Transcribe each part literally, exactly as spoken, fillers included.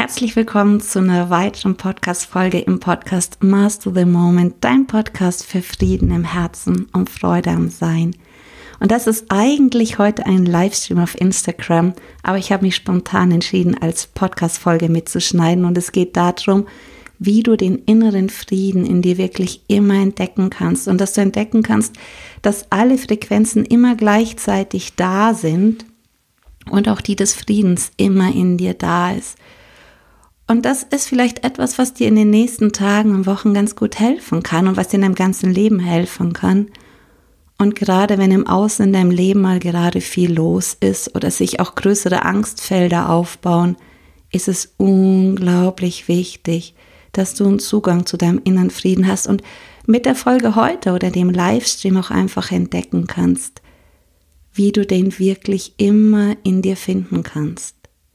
Herzlich willkommen zu einer weiteren Podcast-Folge im Podcast Master the Moment, dein Podcast für Frieden im Herzen und Freude am Sein. Und das ist eigentlich heute ein Livestream auf Instagram, aber ich habe mich spontan entschieden, als Podcast-Folge mitzuschneiden und es geht darum, wie du den inneren Frieden in dir wirklich immer entdecken kannst und dass du entdecken kannst, dass alle Frequenzen immer gleichzeitig da sind und auch die des Friedens immer in dir da ist. Und das ist vielleicht etwas, was dir in den nächsten Tagen und Wochen ganz gut helfen kann und was dir in deinem ganzen Leben helfen kann. Und gerade wenn im Außen in deinem Leben mal gerade viel los ist oder sich auch größere Angstfelder aufbauen, ist es unglaublich wichtig, dass du einen Zugang zu deinem inneren Frieden hast und mit der Folge heute oder dem Livestream auch einfach entdecken kannst, wie du den wirklich immer in dir finden kannst.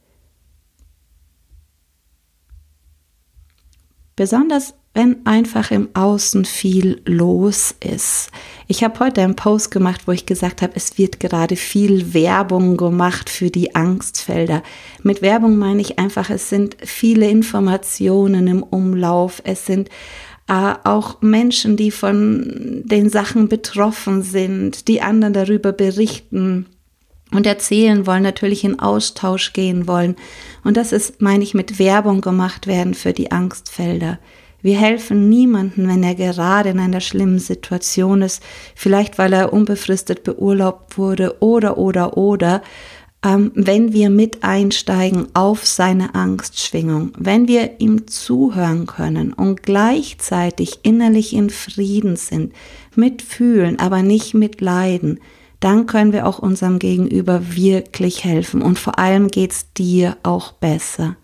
Besonders wenn einfach im Außen viel los ist. Ich habe heute einen Post gemacht, wo ich gesagt habe, es wird gerade viel Werbung gemacht für die Angstfelder. Mit Werbung meine ich einfach, es sind viele Informationen im Umlauf, es sind äh, auch Menschen, die von den Sachen betroffen sind, die anderen darüber berichten und erzählen wollen, natürlich in Austausch gehen wollen. Und das ist, meine ich, mit Werbung gemacht werden für die Angstfelder. Wir helfen niemandem, wenn er gerade in einer schlimmen Situation ist, vielleicht weil er unbefristet beurlaubt wurde oder, oder, oder, ähm, wenn wir mit einsteigen auf seine Angstschwingung, wenn wir ihm zuhören können und gleichzeitig innerlich in Frieden sind, mitfühlen, aber nicht mitleiden, dann können wir auch unserem Gegenüber wirklich helfen und vor allem geht's dir auch besser.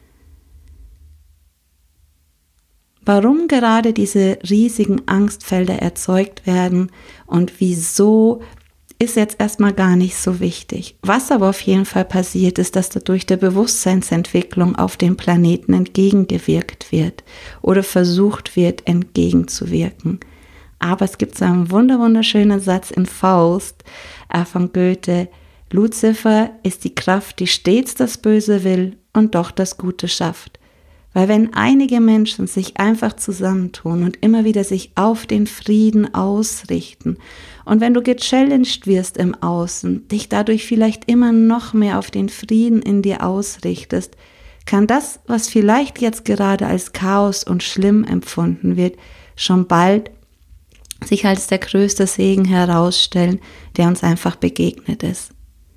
Warum gerade diese riesigen Angstfelder erzeugt werden und wieso, ist jetzt erstmal gar nicht so wichtig. Was aber auf jeden Fall passiert, ist, dass dadurch der Bewusstseinsentwicklung auf dem Planeten entgegengewirkt wird oder versucht wird, entgegenzuwirken. Aber es gibt so einen wunder wunderschönen Satz in Faust äh, von Goethe: Luzifer ist die Kraft, die stets das Böse will und doch das Gute schafft. Weil wenn einige Menschen sich einfach zusammentun und immer wieder sich auf den Frieden ausrichten und wenn du gechallenged wirst im Außen, dich dadurch vielleicht immer noch mehr auf den Frieden in dir ausrichtest, kann das, was vielleicht jetzt gerade als Chaos und schlimm empfunden wird, schon bald sich als der größte Segen herausstellen, der uns einfach begegnet ist.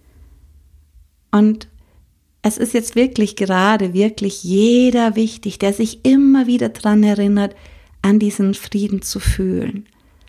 Und es ist jetzt wirklich gerade, wirklich jeder wichtig, der sich immer wieder daran erinnert, an diesen Frieden zu fühlen.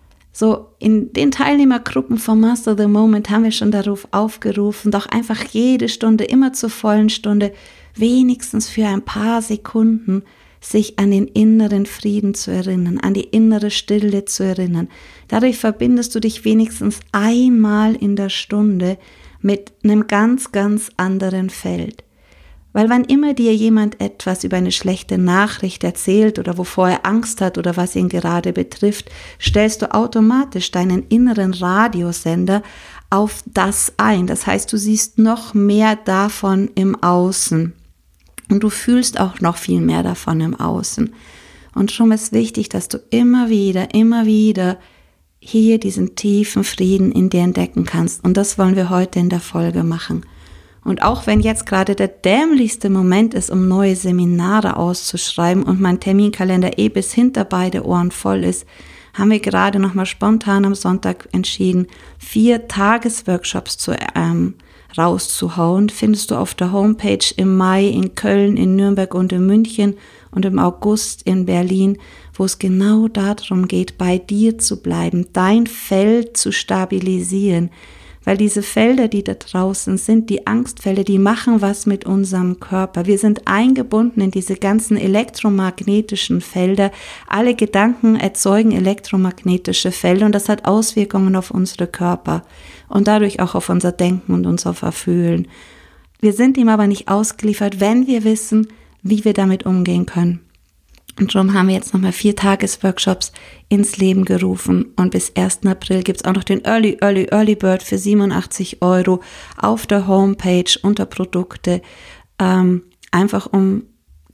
So in den Teilnehmergruppen von Master the Moment haben wir schon darauf aufgerufen, doch einfach jede Stunde, immer zur vollen Stunde, wenigstens für ein paar Sekunden, sich an den inneren Frieden zu erinnern, an die innere Stille zu erinnern. Dadurch verbindest du dich wenigstens einmal in der Stunde mit einem ganz, ganz anderen Feld. Weil wann immer dir jemand etwas über eine schlechte Nachricht erzählt oder wovor er Angst hat oder was ihn gerade betrifft, stellst du automatisch deinen inneren Radiosender auf das ein. Das heißt, du siehst noch mehr davon im Außen und du fühlst auch noch viel mehr davon im Außen. Und schon ist wichtig, dass du immer wieder, immer wieder hier diesen tiefen Frieden in dir entdecken kannst. Und das wollen wir heute in der Folge machen. Und auch wenn jetzt gerade der dämlichste Moment ist, um neue Seminare auszuschreiben und mein Terminkalender eh bis hinter beide Ohren voll ist, haben wir gerade nochmal spontan am Sonntag entschieden, vier Tagesworkshops zu, ähm, rauszuhauen. Findest du auf der Homepage im Mai in Köln, in Nürnberg und in München und im August in Berlin, wo es genau darum geht, bei dir zu bleiben, dein Feld zu stabilisieren. Weil diese Felder, die da draußen sind, die Angstfelder, die machen was mit unserem Körper. Wir sind eingebunden in diese ganzen elektromagnetischen Felder. Alle Gedanken erzeugen elektromagnetische Felder und das hat Auswirkungen auf unsere Körper und dadurch auch auf unser Denken und unser Fühlen. Wir sind ihm aber nicht ausgeliefert, wenn wir wissen, wie wir damit umgehen können. Und darum haben wir jetzt nochmal vier Tagesworkshops ins Leben gerufen und bis ersten April gibt es auch noch den Early, Early, Early Bird für siebenundachtzig Euro auf der Homepage unter Produkte, ähm, einfach um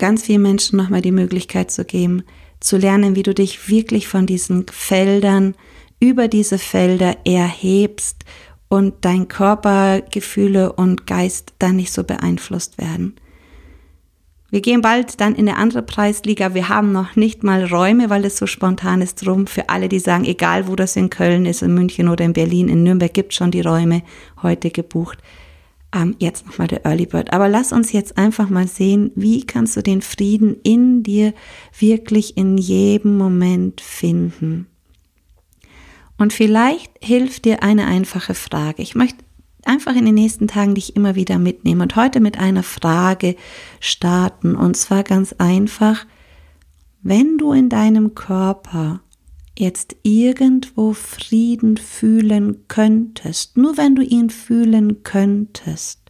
ganz vielen Menschen nochmal die Möglichkeit zu geben, zu lernen, wie du dich wirklich von diesen Feldern, über diese Felder erhebst und dein Körper, Gefühle und Geist dann nicht so beeinflusst werden. Wir gehen bald dann in eine andere Preisliga. Wir haben noch nicht mal Räume, weil es so spontan ist, drum. Für alle, die sagen, egal wo das in Köln ist, in München oder in Berlin, in Nürnberg gibt es schon die Räume heute gebucht. Ähm, jetzt nochmal der Early Bird. Aber lass uns jetzt einfach mal sehen, wie kannst du den Frieden in dir wirklich in jedem Moment finden. Und vielleicht hilft dir eine einfache Frage. Ich möchte einfach in den nächsten Tagen dich immer wieder mitnehmen und heute mit einer Frage starten. Und zwar ganz einfach, wenn du in deinem Körper jetzt irgendwo Frieden fühlen könntest, nur wenn du ihn fühlen könntest,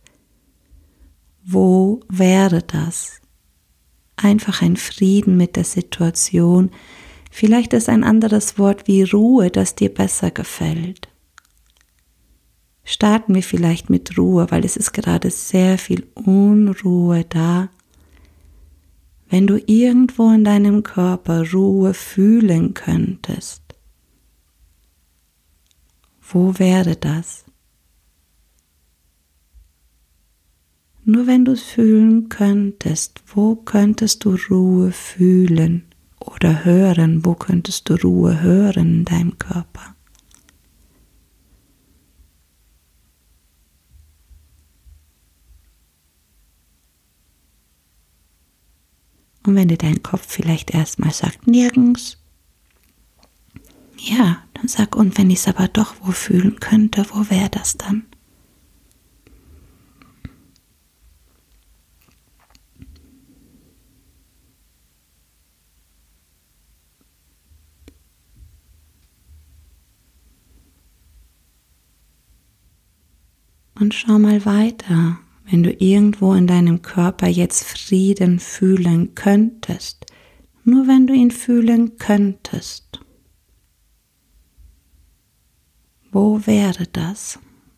wo wäre das? Einfach ein Frieden mit der Situation. Vielleicht ist ein anderes Wort wie Ruhe, das dir besser gefällt. Starten wir vielleicht mit Ruhe, weil es ist gerade sehr viel Unruhe da. Wenn du irgendwo in deinem Körper Ruhe fühlen könntest, wo wäre das? Nur wenn du es fühlen könntest, wo könntest du Ruhe fühlen oder hören? Wo könntest du Ruhe hören in deinem Körper? Und wenn dir dein Kopf vielleicht erstmal sagt, nirgends, ja, dann sag, und wenn ich es aber doch wo fühlen könnte, wo wäre das dann? Und schau mal weiter. Wenn du irgendwo in deinem Körper jetzt Frieden fühlen könntest, nur wenn du ihn fühlen könntest, wo wäre das?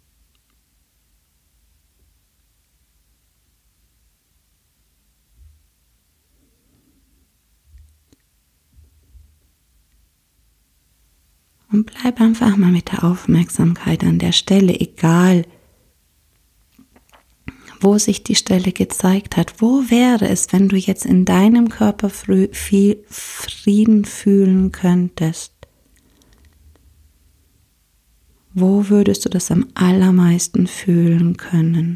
Und bleib einfach mal mit der Aufmerksamkeit an der Stelle, egal wo sich die Stelle gezeigt hat. Wo wäre es, wenn du jetzt in deinem Körper viel Frieden fühlen könntest? Wo würdest du das am allermeisten fühlen können?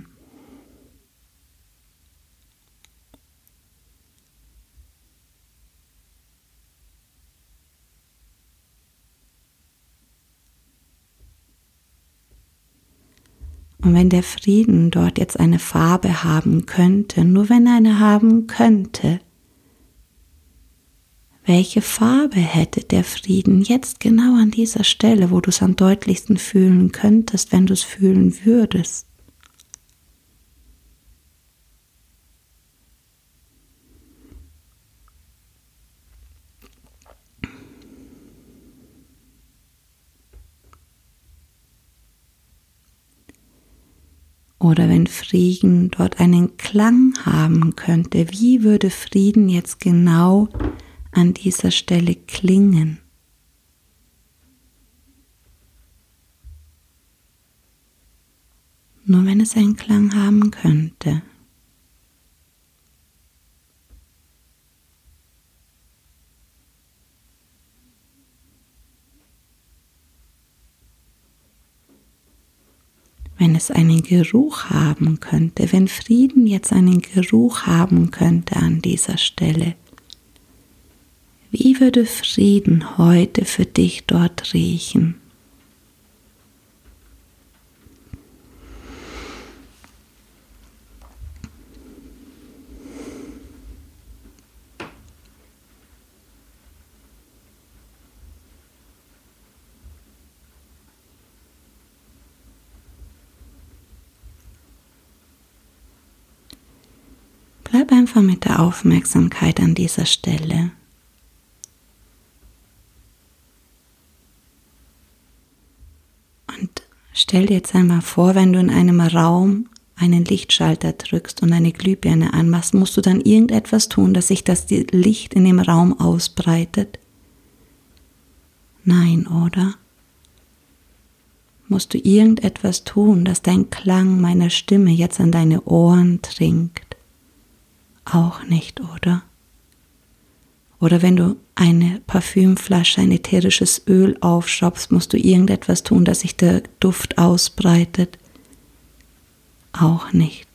Und wenn der Frieden dort jetzt eine Farbe haben könnte, nur wenn er eine haben könnte, welche Farbe hätte der Frieden jetzt genau an dieser Stelle, wo du es am deutlichsten fühlen könntest, wenn du es fühlen würdest? Oder wenn Frieden dort einen Klang haben könnte, wie würde Frieden jetzt genau an dieser Stelle klingen? Nur wenn es einen Klang haben könnte. Wenn es einen Geruch haben könnte, wenn Frieden jetzt einen Geruch haben könnte an dieser Stelle, wie würde Frieden heute für dich dort riechen? Bleib einfach mit der Aufmerksamkeit an dieser Stelle. Und stell dir jetzt einmal vor, wenn du in einem Raum einen Lichtschalter drückst und eine Glühbirne anmachst, musst du dann irgendetwas tun, dass sich das Licht in dem Raum ausbreitet? Nein, oder? Musst du irgendetwas tun, dass dein Klang meiner Stimme jetzt an deine Ohren dringt? Auch nicht, oder? Oder wenn du eine Parfümflasche, ein ätherisches Öl aufschraubst, musst du irgendetwas tun, dass sich der Duft ausbreitet? Auch nicht.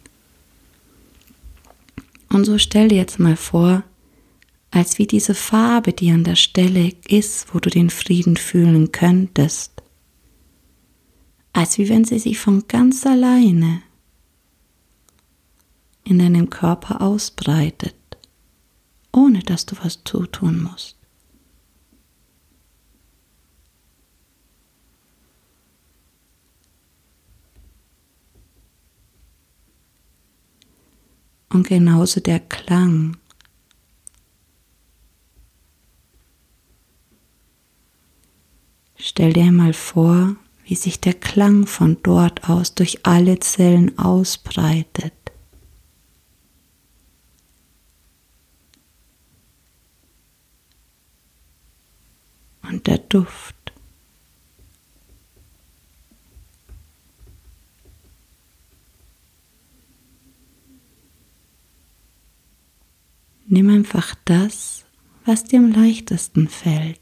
Und so stell dir jetzt mal vor, als wie diese Farbe, die an der Stelle ist, wo du den Frieden fühlen könntest, als wie wenn sie sich von ganz alleine in deinem Körper ausbreitet, ohne dass du was zutun musst. Und genauso der Klang. Stell dir mal vor, wie sich der Klang von dort aus durch alle Zellen ausbreitet. Und der Duft. Nimm einfach das, was dir am leichtesten fällt.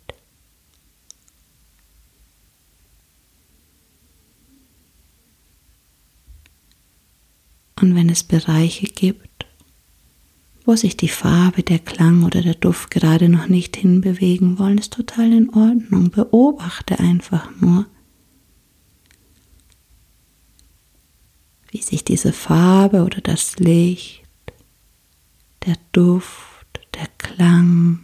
Und wenn es Bereiche gibt, wo sich die Farbe, der Klang oder der Duft gerade noch nicht hinbewegen wollen, ist total in Ordnung. Beobachte einfach nur, wie sich diese Farbe oder das Licht, der Duft, der Klang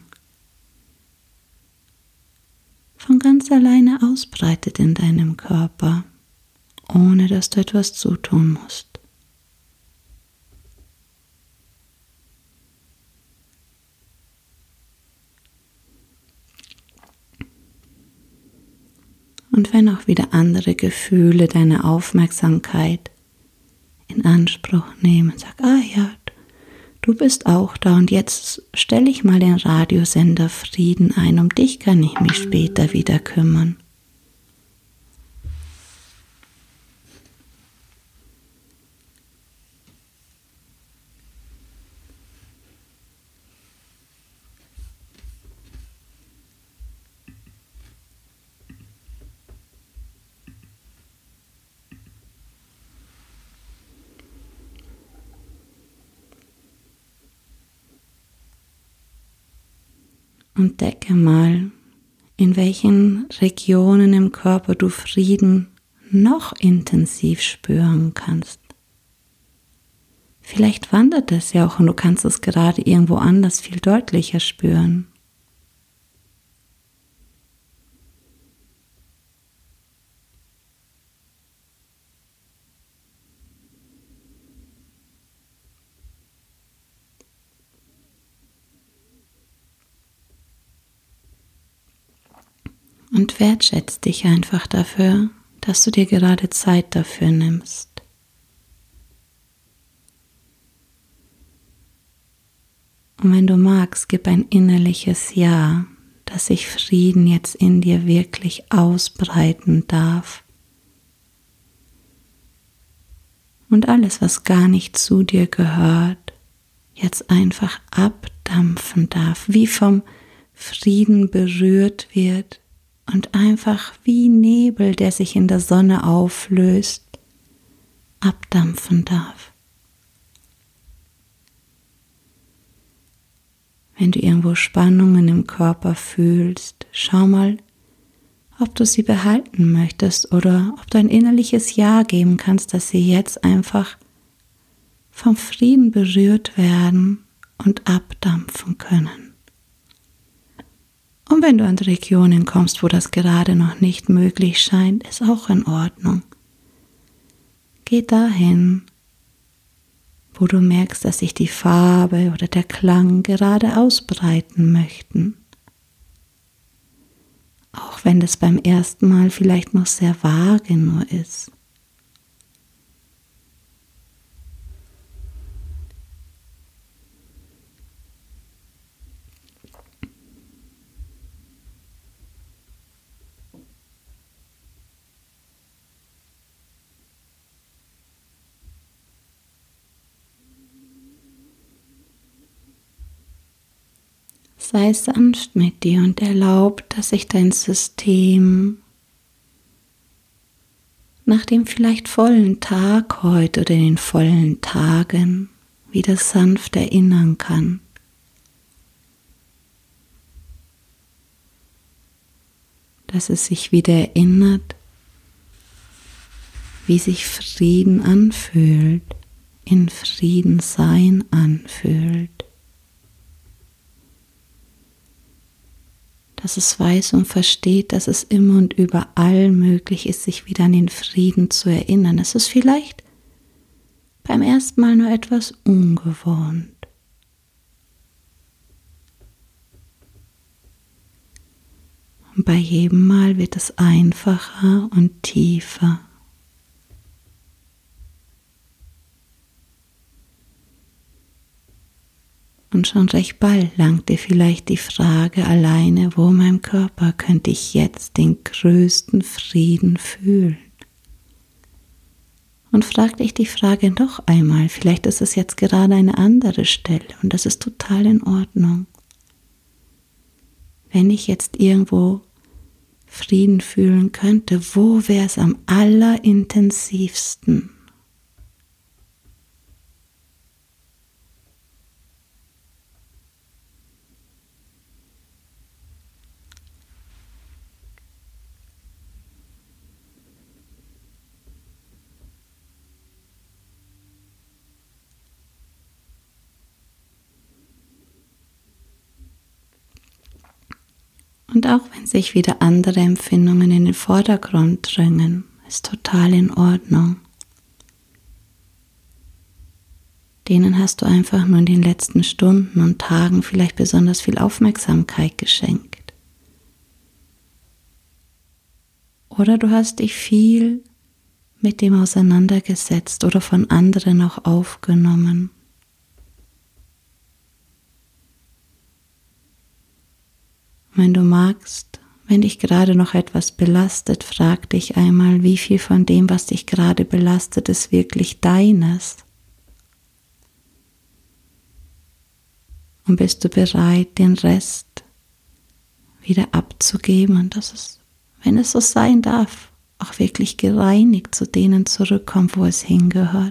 von ganz alleine ausbreitet in deinem Körper, ohne dass du etwas zutun musst. Und wenn auch wieder andere Gefühle deine Aufmerksamkeit in Anspruch nehmen, sag, ah ja, du bist auch da und jetzt stelle ich mal den Radiosender Frieden ein, um dich kann ich mich später wieder kümmern. Und entdecke mal, in welchen Regionen im Körper du Frieden noch intensiv spüren kannst. Vielleicht wandert es ja auch und du kannst es gerade irgendwo anders viel deutlicher spüren. Und wertschätze dich einfach dafür, dass du dir gerade Zeit dafür nimmst. Und wenn du magst, gib ein innerliches Ja, dass sich Frieden jetzt in dir wirklich ausbreiten darf. Und alles, was gar nicht zu dir gehört, jetzt einfach abdampfen darf, wie vom Frieden berührt wird. Und einfach wie Nebel, der sich in der Sonne auflöst, abdampfen darf. Wenn du irgendwo Spannungen im Körper fühlst, schau mal, ob du sie behalten möchtest oder ob du ein innerliches Ja geben kannst, dass sie jetzt einfach vom Frieden berührt werden und abdampfen können. Und wenn du an Regionen kommst, wo das gerade noch nicht möglich scheint, ist auch in Ordnung. Geh dahin, wo du merkst, dass sich die Farbe oder der Klang gerade ausbreiten möchten. Auch wenn das beim ersten Mal vielleicht noch sehr vage nur ist. Sei sanft mit dir und erlaub, dass sich dein System nach dem vielleicht vollen Tag heute oder den vollen Tagen wieder sanft erinnern kann. Dass es sich wieder erinnert, wie sich Frieden anfühlt, in Frieden sein anfühlt. Dass es weiß und versteht, dass es immer und überall möglich ist, sich wieder an den Frieden zu erinnern. Es ist vielleicht beim ersten Mal nur etwas ungewohnt. Und bei jedem Mal wird es einfacher und tiefer. Und schon recht bald langt dir vielleicht die Frage alleine, wo in meinem Körper könnte ich jetzt den größten Frieden fühlen? Und frag dich die Frage noch einmal, vielleicht ist es jetzt gerade eine andere Stelle und das ist total in Ordnung. Wenn ich jetzt irgendwo Frieden fühlen könnte, wo wäre es am allerintensivsten? Und auch wenn sich wieder andere Empfindungen in den Vordergrund drängen, ist total in Ordnung. Denen hast du einfach nur in den letzten Stunden und Tagen vielleicht besonders viel Aufmerksamkeit geschenkt. Oder du hast dich viel mit dem auseinandergesetzt oder von anderen auch aufgenommen. Wenn du magst, wenn dich gerade noch etwas belastet, frag dich einmal, wie viel von dem, was dich gerade belastet, ist wirklich deines? Und bist du bereit, den Rest wieder abzugeben und dass es, wenn es so sein darf, auch wirklich gereinigt zu denen zurückkommt, wo es hingehört?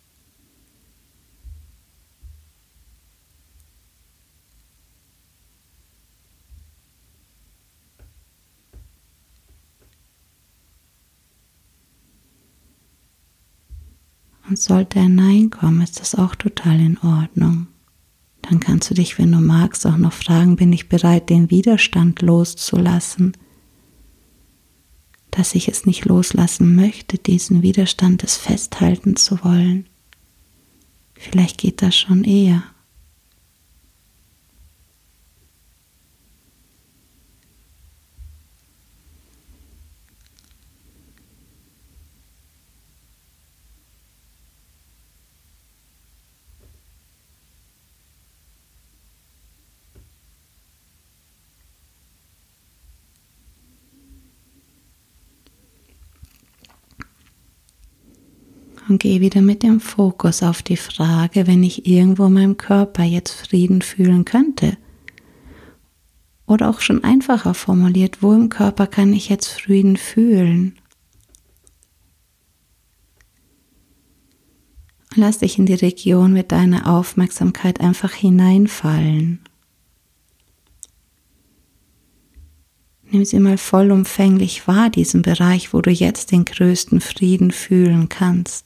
Und sollte ein Nein kommen, ist das auch total in Ordnung. Dann kannst du dich, wenn du magst, auch noch fragen, bin ich bereit, den Widerstand loszulassen, dass ich es nicht loslassen möchte, diesen Widerstand des Festhalten zu wollen. Vielleicht geht das schon eher. Und geh wieder mit dem Fokus auf die Frage, wenn ich irgendwo in meinem Körper jetzt Frieden fühlen könnte. Oder auch schon einfacher formuliert, wo im Körper kann ich jetzt Frieden fühlen? Und lass dich in die Region mit deiner Aufmerksamkeit einfach hineinfallen. Nimm sie mal vollumfänglich wahr, diesen Bereich, wo du jetzt den größten Frieden fühlen kannst.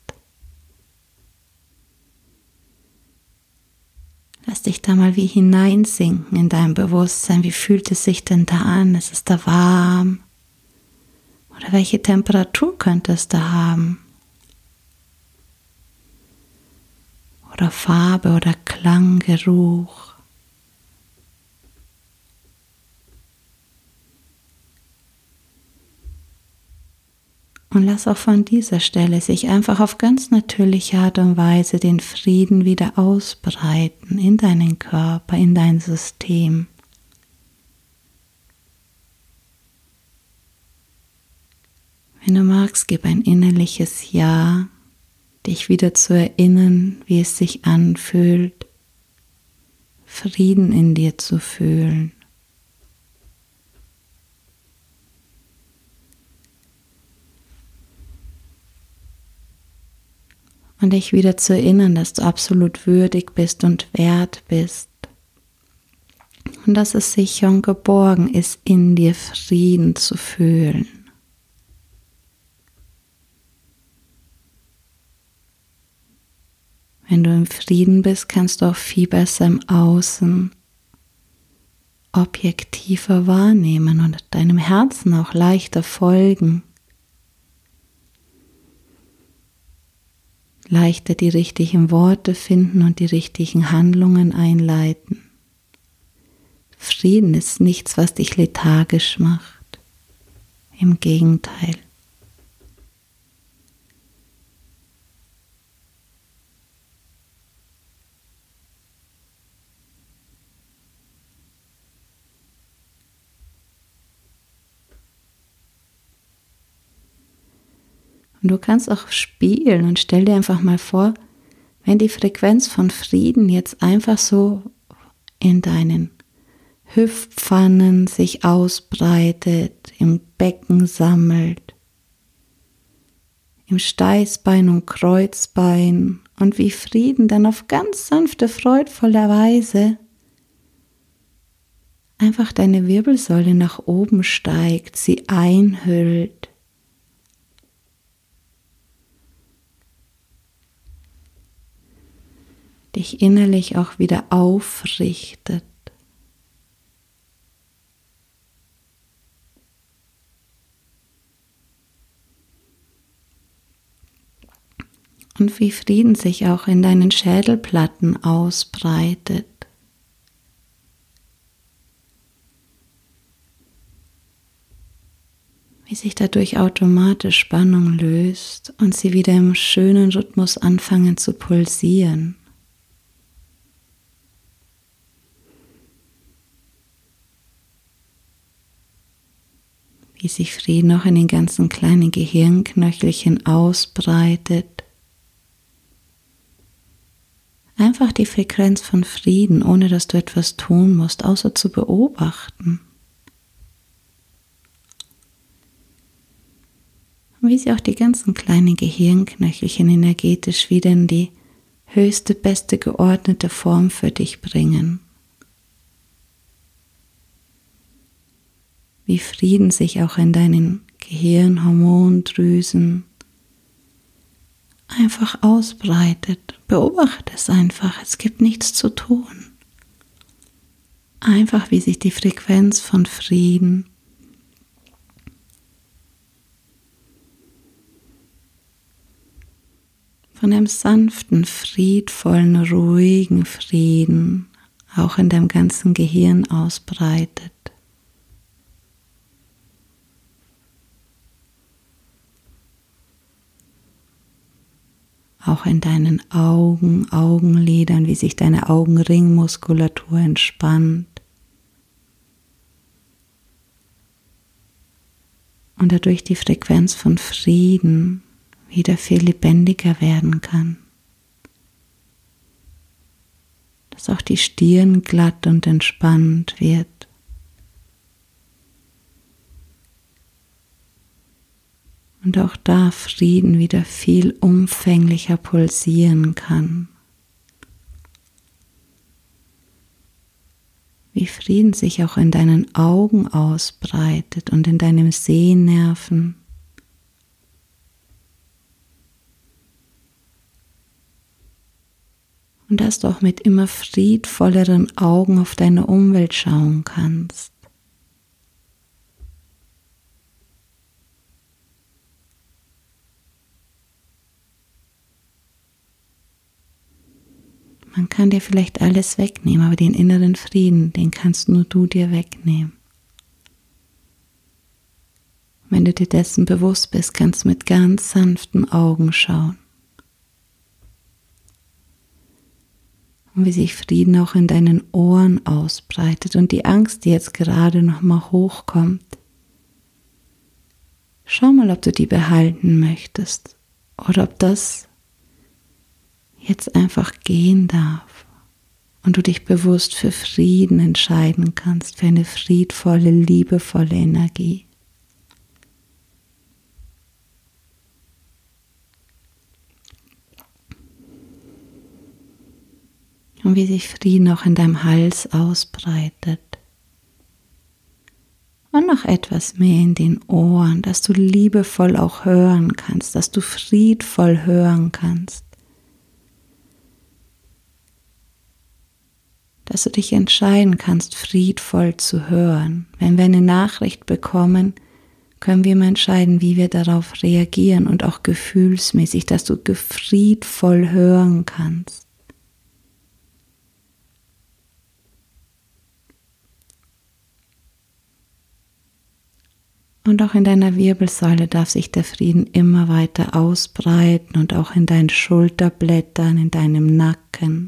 Lass dich da mal wie hineinsinken in dein Bewusstsein. Wie fühlt es sich denn da an? Ist es da warm? Oder welche Temperatur könnte es da haben? Oder Farbe oder Klang, Geruch? Und lass auch von dieser Stelle sich einfach auf ganz natürliche Art und Weise den Frieden wieder ausbreiten in deinen Körper, in dein System. Wenn du magst, gib ein innerliches Ja, dich wieder zu erinnern, wie es sich anfühlt, Frieden in dir zu fühlen. Und dich wieder zu erinnern, dass du absolut würdig bist und wert bist. Und dass es sicher und geborgen ist, in dir Frieden zu fühlen. Wenn du im Frieden bist, kannst du auch viel besser im Außen objektiver wahrnehmen und deinem Herzen auch leichter folgen. Leichter die richtigen Worte finden und die richtigen Handlungen einleiten. Frieden ist nichts, was dich lethargisch macht. Im Gegenteil. Und du kannst auch spielen und stell dir einfach mal vor, wenn die Frequenz von Frieden jetzt einfach so in deinen Hüftpfannen sich ausbreitet, im Becken sammelt, im Steißbein und Kreuzbein und wie Frieden dann auf ganz sanfte, freudvolle Weise einfach deine Wirbelsäule nach oben steigt, sie einhüllt. Dich innerlich auch wieder aufrichtet. Und wie Frieden sich auch in deinen Schädelplatten ausbreitet. Wie sich dadurch automatisch Spannung löst und sie wieder im schönen Rhythmus anfangen zu pulsieren. Wie sich Frieden auch in den ganzen kleinen Gehirnknöchelchen ausbreitet. Einfach die Frequenz von Frieden, ohne dass du etwas tun musst, außer zu beobachten. Und wie sie auch die ganzen kleinen Gehirnknöchelchen energetisch wieder in die höchste, beste geordnete Form für dich bringen. Wie Frieden sich auch in deinen Gehirnhormondrüsen einfach ausbreitet. Beobachte es einfach, es gibt nichts zu tun. Einfach wie sich die Frequenz von Frieden von einem sanften, friedvollen, ruhigen Frieden auch in deinem ganzen Gehirn ausbreitet. Auch in deinen Augen, Augenlidern, wie sich deine Augenringmuskulatur entspannt. Und dadurch die Frequenz von Frieden wieder viel lebendiger werden kann. Dass auch die Stirn glatt und entspannt wird. Und auch da Frieden wieder viel umfänglicher pulsieren kann. Wie Frieden sich auch in deinen Augen ausbreitet und in deinem Sehnerven. Und dass du auch mit immer friedvolleren Augen auf deine Umwelt schauen kannst. Man kann dir vielleicht alles wegnehmen, aber den inneren Frieden, den kannst nur du dir wegnehmen. Wenn du dir dessen bewusst bist, kannst du mit ganz sanften Augen schauen. Und wie sich Frieden auch in deinen Ohren ausbreitet und die Angst, die jetzt gerade nochmal hochkommt. Schau mal, ob du die behalten möchtest oder ob das jetzt einfach gehen darf. und du dich bewusst für Frieden entscheiden kannst, für eine friedvolle, liebevolle Energie. Und wie sich Frieden auch in deinem Hals ausbreitet. Und noch etwas mehr in den Ohren, dass du liebevoll auch hören kannst, dass du friedvoll hören kannst. Dass du dich entscheiden kannst, friedvoll zu hören. Wenn wir eine Nachricht bekommen, können wir mal entscheiden, wie wir darauf reagieren und auch gefühlsmäßig, dass du friedvoll hören kannst. Und auch in deiner Wirbelsäule darf sich der Frieden immer weiter ausbreiten und auch in deinen Schulterblättern, in deinem Nacken.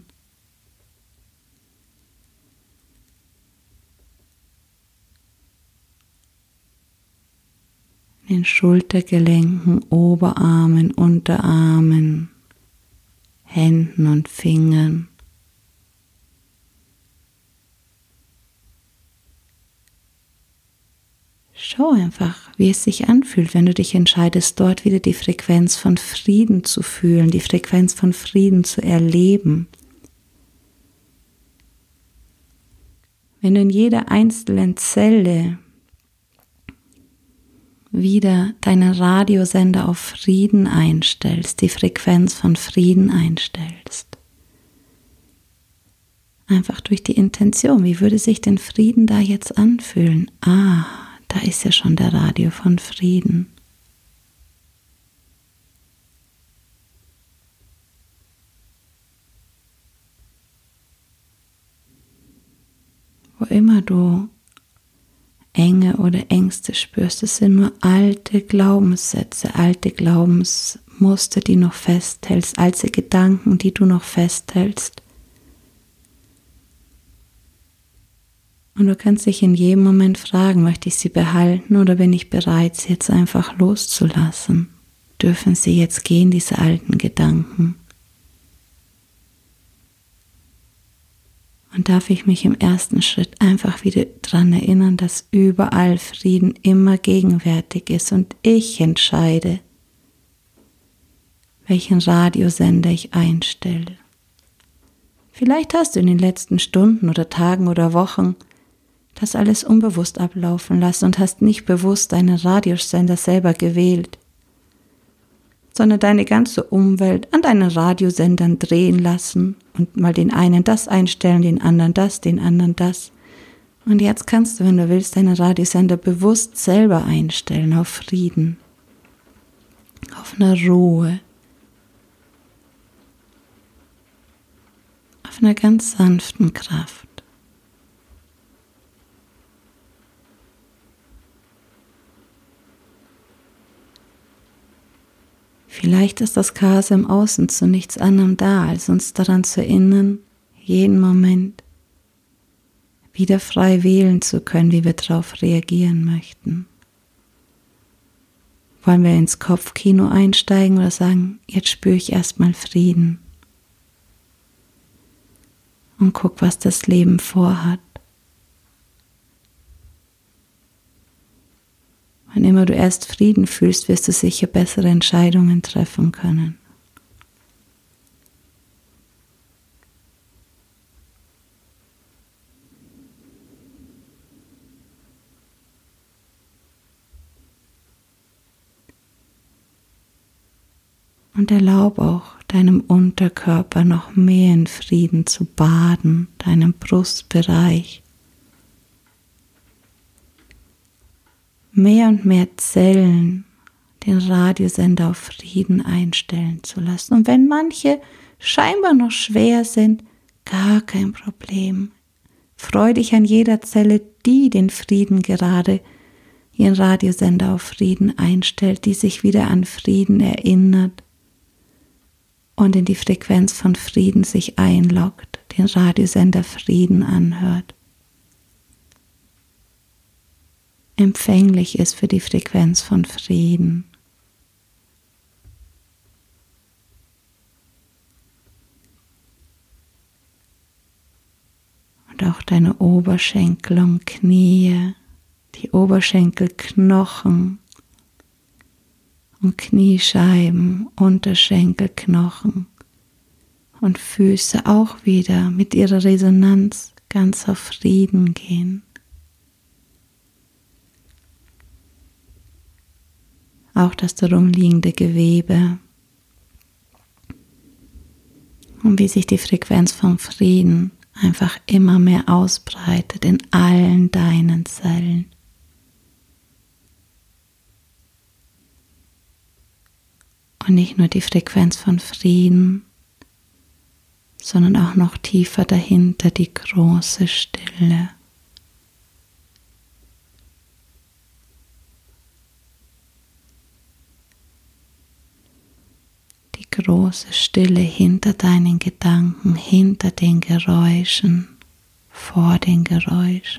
In den Schultergelenken, Oberarmen, Unterarmen, Händen und Fingern. Schau einfach, wie es sich anfühlt, wenn du dich entscheidest, dort wieder die Frequenz von Frieden zu fühlen, die Frequenz von Frieden zu erleben. Wenn du in jeder einzelnen Zelle wieder deinen Radiosender auf Frieden einstellst, die Frequenz von Frieden einstellst. Einfach durch die Intention, wie würde sich denn Frieden da jetzt anfühlen? Ah, da ist ja schon der Radio von Frieden. Wo immer du Enge oder Ängste spürst, es sind nur alte Glaubenssätze, alte Glaubensmuster, die noch festhältst, alte Gedanken, die du noch festhältst. Und du kannst dich in jedem Moment fragen, möchte ich sie behalten oder bin ich bereit, sie jetzt einfach loszulassen? Dürfen sie jetzt gehen, diese alten Gedanken? Und darf ich mich im ersten Schritt einfach wieder daran erinnern, dass überall Frieden immer gegenwärtig ist und ich entscheide, welchen Radiosender ich einstelle. Vielleicht hast du in den letzten Stunden oder Tagen oder Wochen das alles unbewusst ablaufen lassen und hast nicht bewusst deinen Radiosender selber gewählt, sondern deine ganze Umwelt an deinen Radiosendern drehen lassen und mal den einen das einstellen, den anderen das, den anderen das. Und jetzt kannst du, wenn du willst, deinen Radiosender bewusst selber einstellen auf Frieden, auf eine Ruhe, auf einer ganz sanften Kraft. Vielleicht ist das Chaos im Außen zu nichts anderem da, als uns daran zu erinnern, jeden Moment wieder frei wählen zu können, wie wir darauf reagieren möchten. Wollen wir ins Kopfkino einsteigen oder sagen, jetzt spüre ich erstmal Frieden und guck, was das Leben vorhat. Wann immer du erst Frieden fühlst, wirst du sicher bessere Entscheidungen treffen können. Und erlaub auch deinem Unterkörper noch mehr in Frieden zu baden, deinem Brustbereich. Mehr und mehr Zellen den Radiosender auf Frieden einstellen zu lassen. Und wenn manche scheinbar noch schwer sind, gar kein Problem. Freu dich an jeder Zelle, die den Frieden gerade, ihren Radiosender auf Frieden einstellt, die sich wieder an Frieden erinnert und in die Frequenz von Frieden sich einloggt, den Radiosender Frieden anhört. Empfänglich ist für die Frequenz von Frieden. und auch deine Oberschenkel und Knie, die Oberschenkelknochen und Kniescheiben, Unterschenkelknochen und Füße auch wieder mit ihrer Resonanz ganz auf Frieden gehen. Auch das darum liegende Gewebe und wie sich die Frequenz vom Frieden einfach immer mehr ausbreitet in allen deinen Zellen. Und nicht nur die Frequenz von Frieden, sondern auch noch tiefer dahinter die große Stille. Die große Stille hinter deinen Gedanken, hinter den Geräuschen, vor den Geräuschen.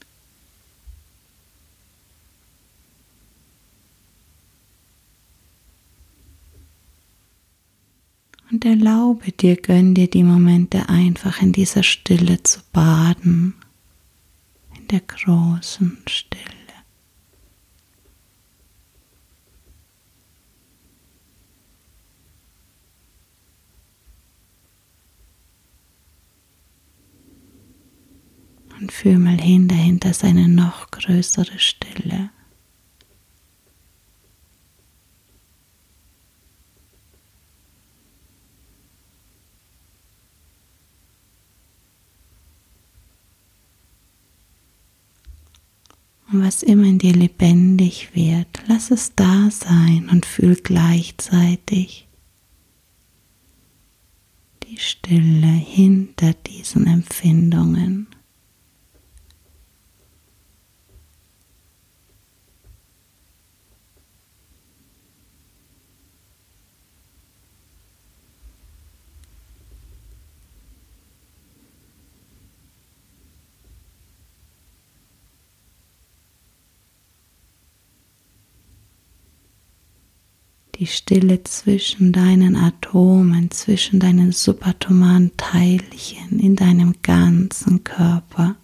Und erlaube dir, gönn dir die Momente einfach in dieser Stille zu baden, in der großen Stille. Und fühl mal hin, dahinter ist eine noch größere Stille. Und was immer in dir lebendig wird, lass es da sein und fühl gleichzeitig die Stille hinter diesen Empfindungen. Die Stille zwischen deinen Atomen, zwischen deinen subatomaren Teilchen in deinem ganzen Körper.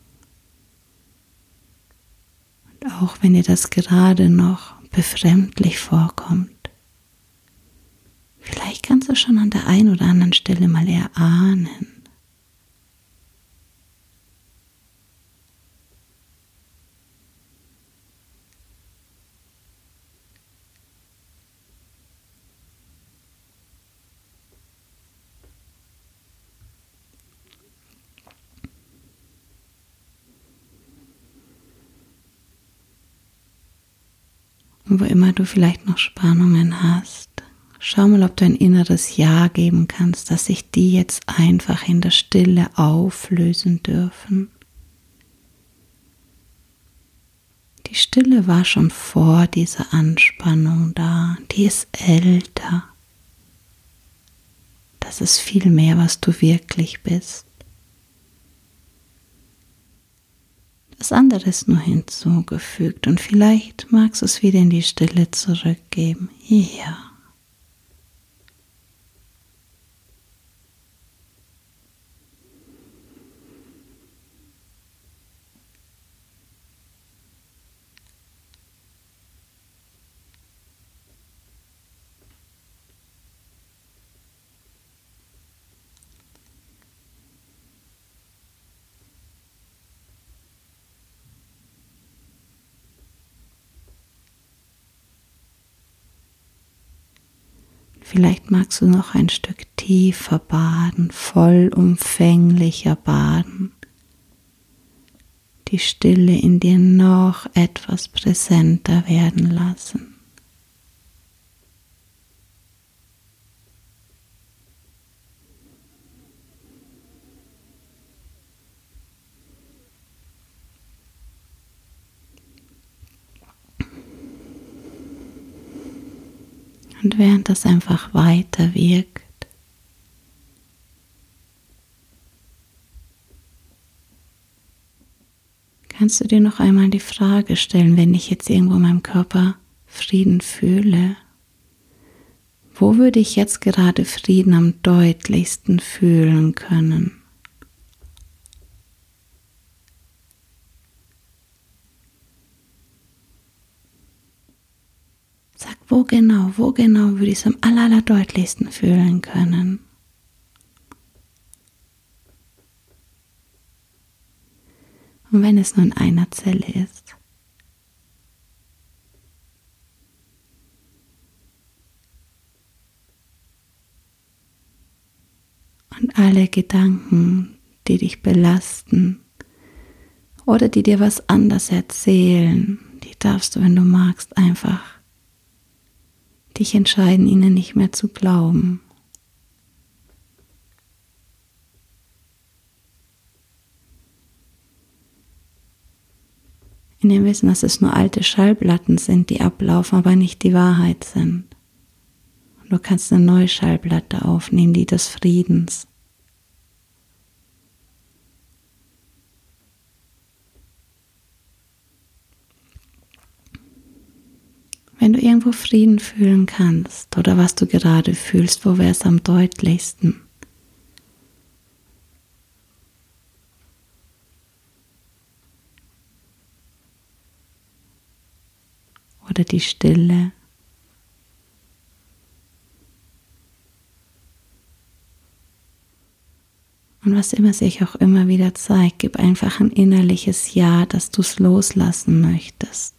Und auch wenn dir das gerade noch befremdlich vorkommt, vielleicht kannst du schon an der einen oder anderen Stelle mal erahnen, und wo immer du vielleicht noch Spannungen hast, schau mal, ob du ein inneres Ja geben kannst, dass sich die jetzt einfach in der Stille auflösen dürfen. Die Stille war schon vor dieser Anspannung da, die ist älter. Das ist viel mehr, was du wirklich bist. Das andere ist nur hinzugefügt und vielleicht magst du es wieder in die Stille zurückgeben. Ja. Vielleicht magst du noch ein Stück tiefer baden, vollumfänglicher baden. Die Stille in dir noch etwas präsenter werden lassen. Und während das einfach weiter wirkt, kannst du dir noch einmal die Frage stellen, wenn ich jetzt irgendwo in meinem Körper Frieden fühle, wo würde ich jetzt gerade Frieden am deutlichsten fühlen können? Wo genau, wo genau würde ich es am aller, aller deutlichsten fühlen können? Und wenn es nur in einer Zelle ist. Und alle Gedanken, die dich belasten oder die dir was anderes erzählen, die darfst du, wenn du magst, einfach dich entscheiden, ihnen nicht mehr zu glauben. In dem Wissen, dass es nur alte Schallplatten sind, die ablaufen, aber nicht die Wahrheit sind. Und du kannst eine neue Schallplatte aufnehmen, die des Friedens. Wenn du irgendwo Frieden fühlen kannst oder was du gerade fühlst, wo wäre es am deutlichsten? Oder die Stille. Und was immer sich auch immer wieder zeigt, gib einfach ein innerliches Ja, dass du es loslassen möchtest.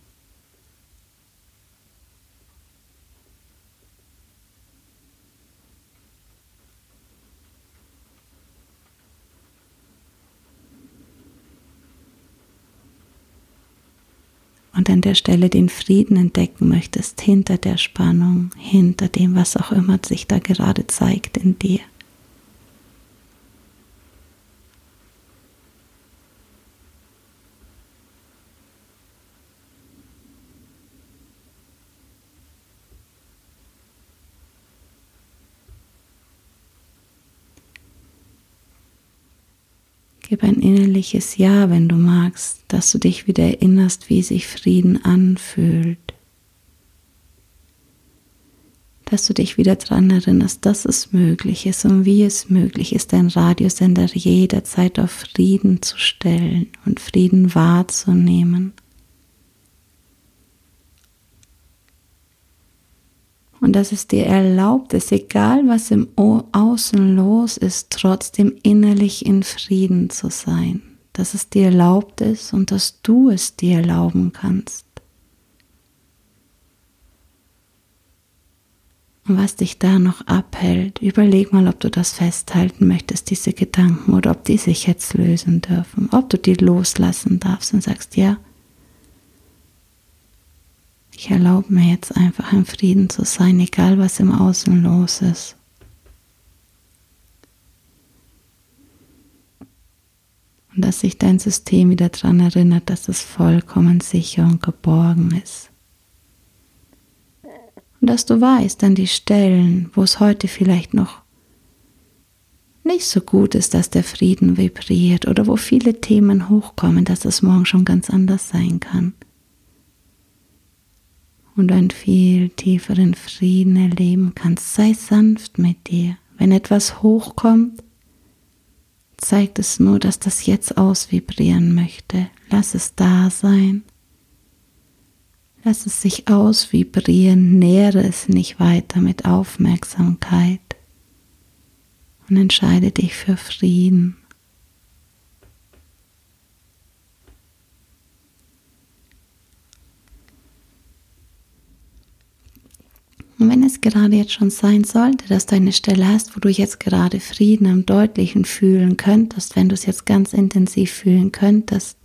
Und an der Stelle den Frieden entdecken möchtest, hinter der Spannung, hinter dem, was auch immer sich da gerade zeigt in dir. Gib ein innerliches Ja, wenn du magst, dass du dich wieder erinnerst, wie sich Frieden anfühlt. Dass du dich wieder daran erinnerst, dass es möglich ist und wie es möglich ist, dein Radiosender jederzeit auf Frieden zu stellen und Frieden wahrzunehmen. Und dass es dir erlaubt ist, egal was im Außen los ist, trotzdem innerlich in Frieden zu sein. Dass es dir erlaubt ist und dass du es dir erlauben kannst. Und was dich da noch abhält, überleg mal, ob du das festhalten möchtest, diese Gedanken, oder ob die sich jetzt lösen dürfen. Ob du die loslassen darfst und sagst, ja, ich erlaube mir jetzt einfach im Frieden zu sein, egal was im Außen los ist. Und dass sich dein System wieder daran erinnert, dass es vollkommen sicher und geborgen ist. Und dass du weißt, an die Stellen, wo es heute vielleicht noch nicht so gut ist, dass der Frieden vibriert oder wo viele Themen hochkommen, dass es morgen schon ganz anders sein kann. Und du einen viel tieferen Frieden erleben kannst. Sei sanft mit dir. Wenn etwas hochkommt, zeigt es nur, dass das jetzt ausvibrieren möchte. Lass es da sein. Lass es sich ausvibrieren. Nähre es nicht weiter mit Aufmerksamkeit. Und entscheide dich für Frieden. Und wenn es gerade jetzt schon sein sollte, dass du eine Stelle hast, wo du jetzt gerade Frieden am Deutlichen fühlen könntest, wenn du es jetzt ganz intensiv fühlen könntest,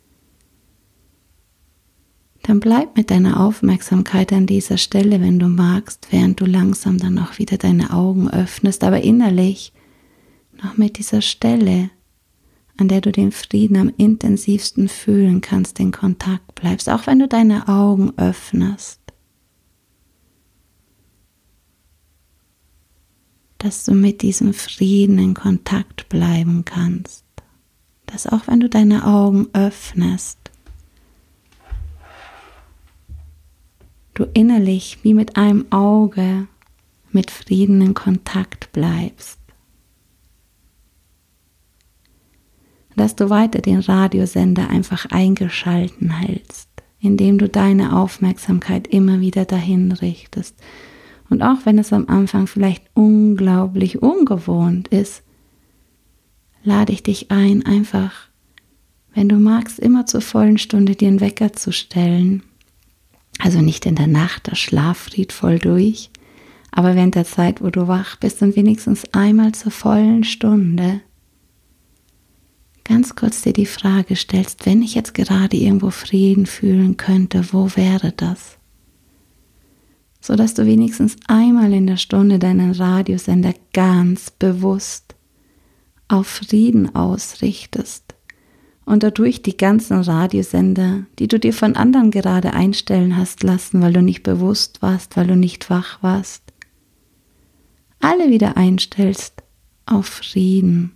dann bleib mit deiner Aufmerksamkeit an dieser Stelle, wenn du magst, während du langsam dann auch wieder deine Augen öffnest, aber innerlich noch mit dieser Stelle, an der du den Frieden am intensivsten fühlen kannst, in Kontakt bleibst, auch wenn du deine Augen öffnest. Dass du mit diesem Frieden in Kontakt bleiben kannst. Dass auch wenn du deine Augen öffnest, du innerlich wie mit einem Auge mit Frieden in Kontakt bleibst. Dass du weiter den Radiosender einfach eingeschalten hältst. indem du deine Aufmerksamkeit immer wieder dahin richtest. Und auch wenn es am Anfang vielleicht unglaublich ungewohnt ist, lade ich dich ein, einfach, wenn du magst, immer zur vollen Stunde dir einen Wecker zu stellen. Also nicht in der Nacht, das Schlaf friedvoll durch, aber während der Zeit, wo du wach bist und wenigstens einmal zur vollen Stunde ganz kurz dir die Frage stellst, wenn ich jetzt gerade irgendwo Frieden fühlen könnte, wo wäre das? Sodass du wenigstens einmal in der Stunde deinen Radiosender ganz bewusst auf Frieden ausrichtest und dadurch die ganzen Radiosender, die du dir von anderen gerade einstellen hast lassen, weil du nicht bewusst warst, weil du nicht wach warst, alle wieder einstellst auf Frieden.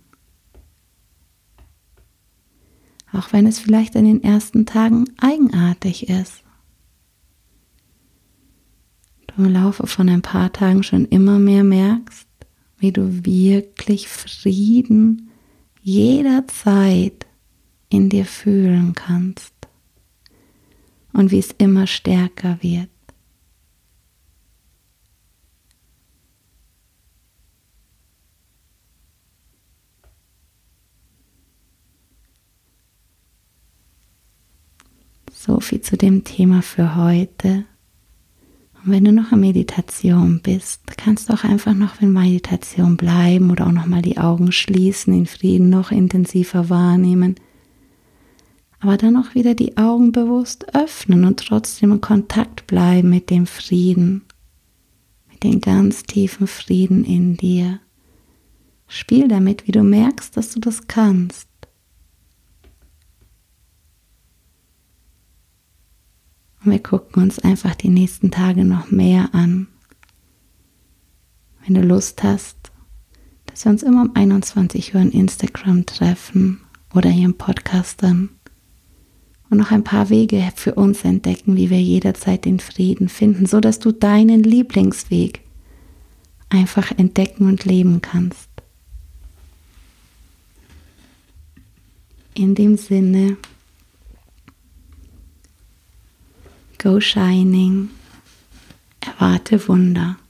Auch wenn es vielleicht in den ersten Tagen eigenartig ist. Du im Laufe von ein paar Tagen schon immer mehr merkst, wie du wirklich Frieden jederzeit in dir fühlen kannst und wie es immer stärker wird. So viel zu dem Thema für heute. Und wenn du noch in Meditation bist, kannst du auch einfach noch in Meditation bleiben oder auch nochmal die Augen schließen, den Frieden noch intensiver wahrnehmen. Aber dann auch wieder die Augen bewusst öffnen und trotzdem in Kontakt bleiben mit dem Frieden, mit dem ganz tiefen Frieden in dir. Spiel damit, wie du merkst, dass du das kannst. Und wir gucken uns einfach die nächsten Tage noch mehr an. Wenn du Lust hast, dass wir uns immer um einundzwanzig Uhr in Instagram treffen oder hier im Podcast dann und noch ein paar Wege für uns entdecken, wie wir jederzeit den Frieden finden, so dass du deinen Lieblingsweg einfach entdecken und leben kannst. In dem Sinne, Go Shining, erwarte Wunder.